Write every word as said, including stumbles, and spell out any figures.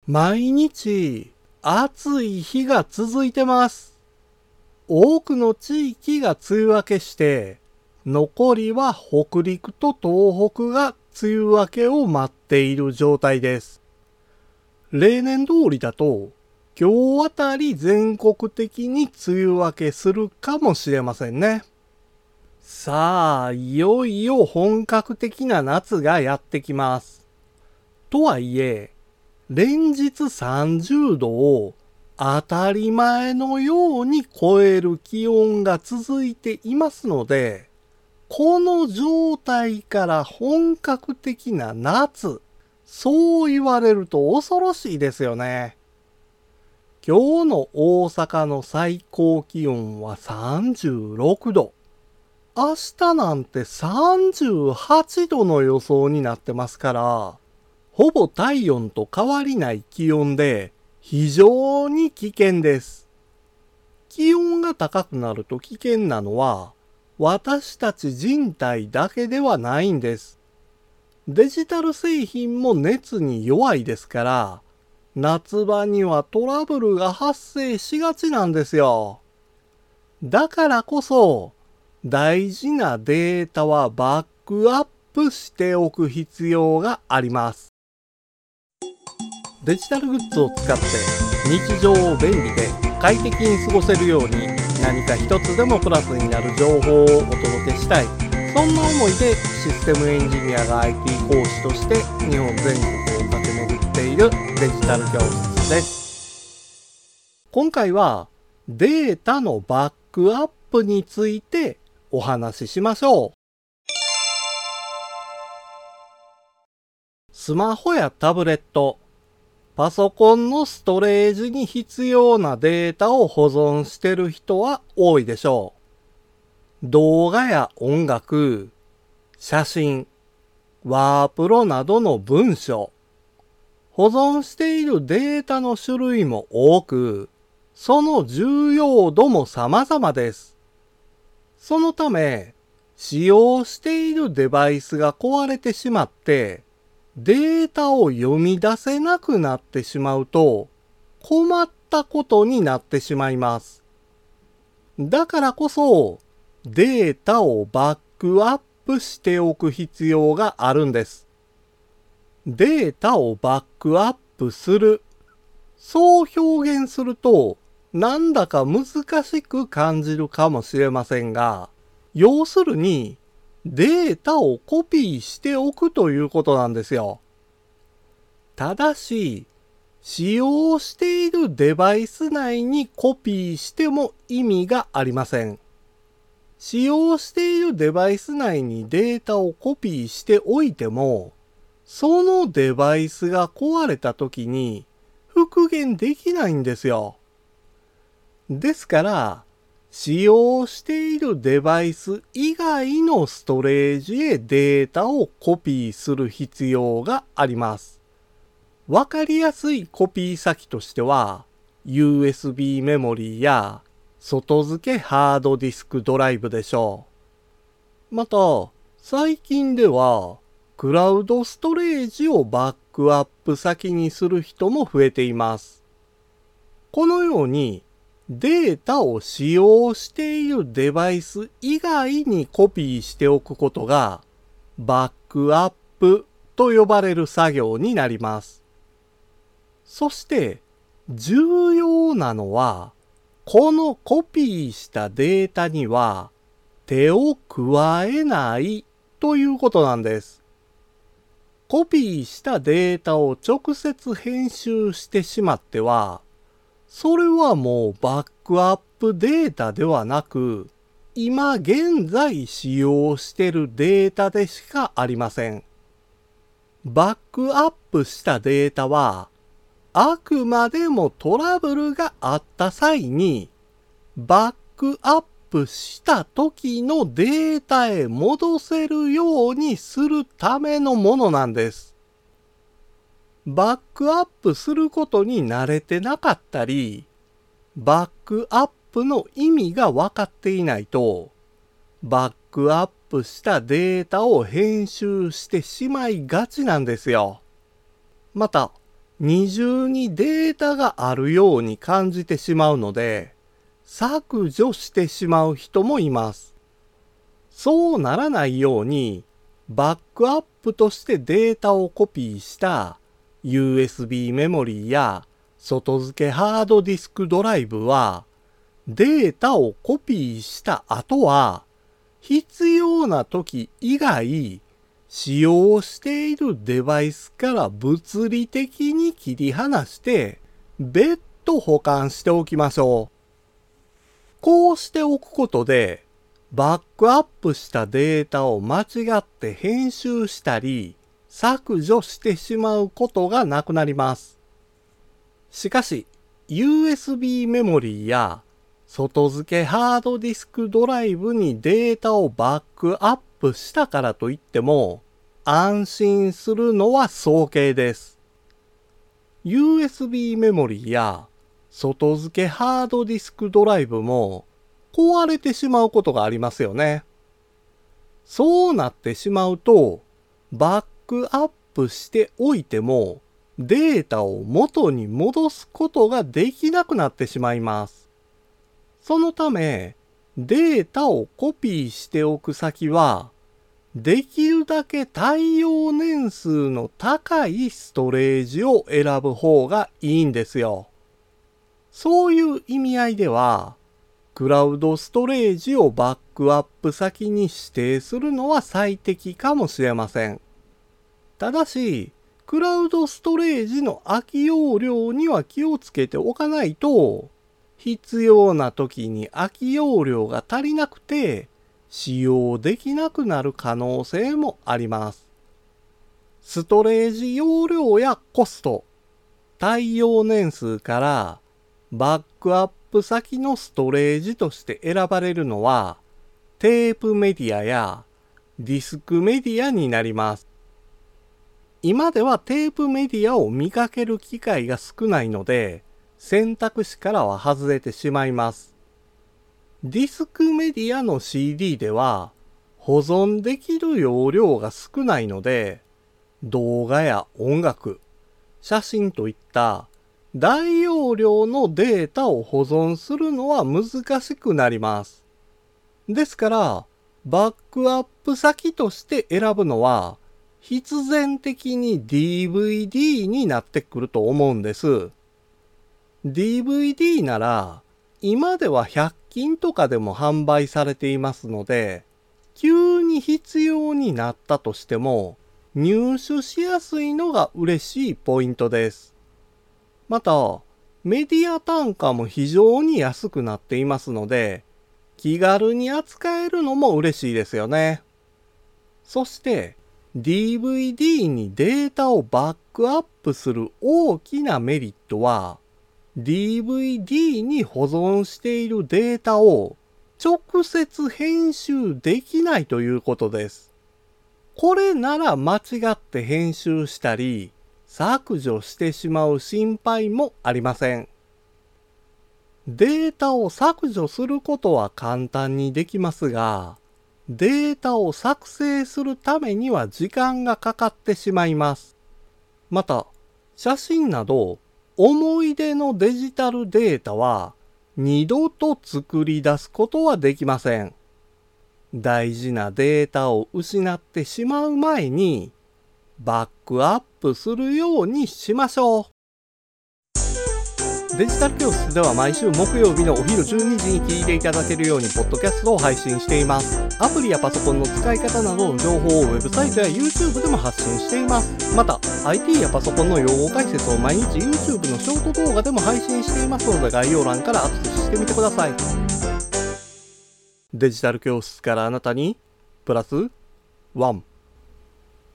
毎日暑い日が続いてます。多くの地域が梅雨明けして、残りは北陸と東北が梅雨明けを待っている状態です。例年通りだと、今日あたり全国的に梅雨明けするかもしれませんね。さあ、いよいよ本格的な夏がやってきます。とはいえ、連日さんじゅうどを当たり前のように超える気温が続いていますので、この状態から本格的な夏、そう言われると恐ろしいですよね。今日の大阪の最高気温はさんじゅうろくど。明日なんてさんじゅうはちどの予想になってますから、ほぼ体温と変わりない気温で非常に危険です。気温が高くなると危険なのは私たち人体だけではないんです。デジタル製品も熱に弱いですから、夏場にはトラブルが発生しがちなんですよ。だからこそ大事なデータはバックアップしておく必要があります。デジタルグッズを使って日常を便利で快適に過ごせるように何か一つでもプラスになる情報をお届けしたい。そんな思いでシステムエンジニアが アイティー 講師として日本全国を駆け巡っているデジタル教室です。今回はデータのバックアップについてお話ししましょう。スマホやタブレット、パソコンのストレージに必要なデータを保存している人は多いでしょう。動画や音楽、写真、ワープロなどの文章、保存しているデータの種類も多く、その重要度も様々です。そのため、使用しているデバイスが壊れてしまって、データを読み出せなくなってしまうと困ったことになってしまいます。だからこそデータをバックアップしておく必要があるんです。データをバックアップする。そう表現するとなんだか難しく感じるかもしれませんが、要するにデータをコピーしておくということなんですよ。ただし、使用しているデバイス内にコピーしても意味がありません。使用しているデバイス内にデータをコピーしておいても、そのデバイスが壊れた時に復元できないんですよ。ですから、使用しているデバイス以外のストレージへデータをコピーする必要があります。わかりやすいコピー先としては、ユーエスビー メモリーや外付けハードディスクドライブでしょう。また、最近では、クラウドストレージをバックアップ先にする人も増えています。このように、データを使用しているデバイス以外にコピーしておくことがバックアップと呼ばれる作業になります。そして重要なのは、このコピーしたデータには手を加えないということなんです。コピーしたデータを直接編集してしまっては、それはもうバックアップデータではなく、今現在使用しているデータでしかありません。バックアップしたデータは、あくまでもトラブルがあった際に、バックアップした時のデータへ戻せるようにするためのものなんです。バックアップすることに慣れてなかったり、バックアップの意味が分かっていないと、バックアップしたデータを編集してしまいがちなんですよ。また、 二重にデータがあるように感じてしまうので、削除してしまう人もいます。そうならないように、バックアップとしてデータをコピーした ユーエスビー メモリーや外付けハードディスクドライブは、データをコピーした後は、必要な時以外、使用しているデバイスから物理的に切り離して、別途保管しておきましょう。こうしておくことで、バックアップしたデータを間違って編集したり、削除してしまうことがなくなります。しかし、ユーエスビー メモリーや外付けハードディスクドライブにデータをバックアップしたからといっても、安心するのは早計です。ユーエスビー メモリーや外付けハードディスクドライブも壊れてしまうことがありますよね。そうなってしまうと、バックアップしておいてもデータを元に戻すことができなくなってしまいます。そのため、データをコピーしておく先は、できるだけ対応年数の高いストレージを選ぶ方がいいんですよ。そういう意味合いでは、クラウドストレージをバックアップ先に指定するのは最適かもしれません。ただし、クラウドストレージの空き容量には気をつけておかないと、必要な時に空き容量が足りなくて使用できなくなる可能性もあります。ストレージ容量やコスト、対応年数からバックアップ先のストレージとして選ばれるのはテープメディアやディスクメディアになります。今ではテープメディアを見かける機会が少ないので、選択肢からは外れてしまいます。ディスクメディアの シーディー では保存できる容量が少ないので、動画や音楽、写真といった大容量のデータを保存するのは難しくなります。ですから、バックアップ先として選ぶのは必然的に ディーブイディー になってくると思うんです。ディーブイディー なら今ではひゃく均とかでも販売されていますので、急に必要になったとしても入手しやすいのが嬉しいポイントです。また、メディア単価も非常に安くなっていますので、気軽に扱えるのも嬉しいですよね。そして、ディーブイディー にデータをバックアップする大きなメリットは、ディーブイディー に保存しているデータを直接編集できないということです。これなら間違って編集したり削除してしまう心配もありません。データを削除することは簡単にできますが、データを作成するためには時間がかかってしまいます。また、写真など思い出のデジタルデータは二度と作り出すことはできません。大事なデータを失ってしまう前にバックアップするようにしましょう。デジタル教室では毎週木曜日のお昼じゅうにじに聞いていただけるようにポッドキャストを配信しています。アプリやパソコンの使い方などの情報をウェブサイトや YouTube でも発信しています。また アイティー やパソコンの用語解説を毎日 YouTube のショート動画でも配信していますので、概要欄からアクセスしてみてください。デジタル教室からあなたにプラスワン。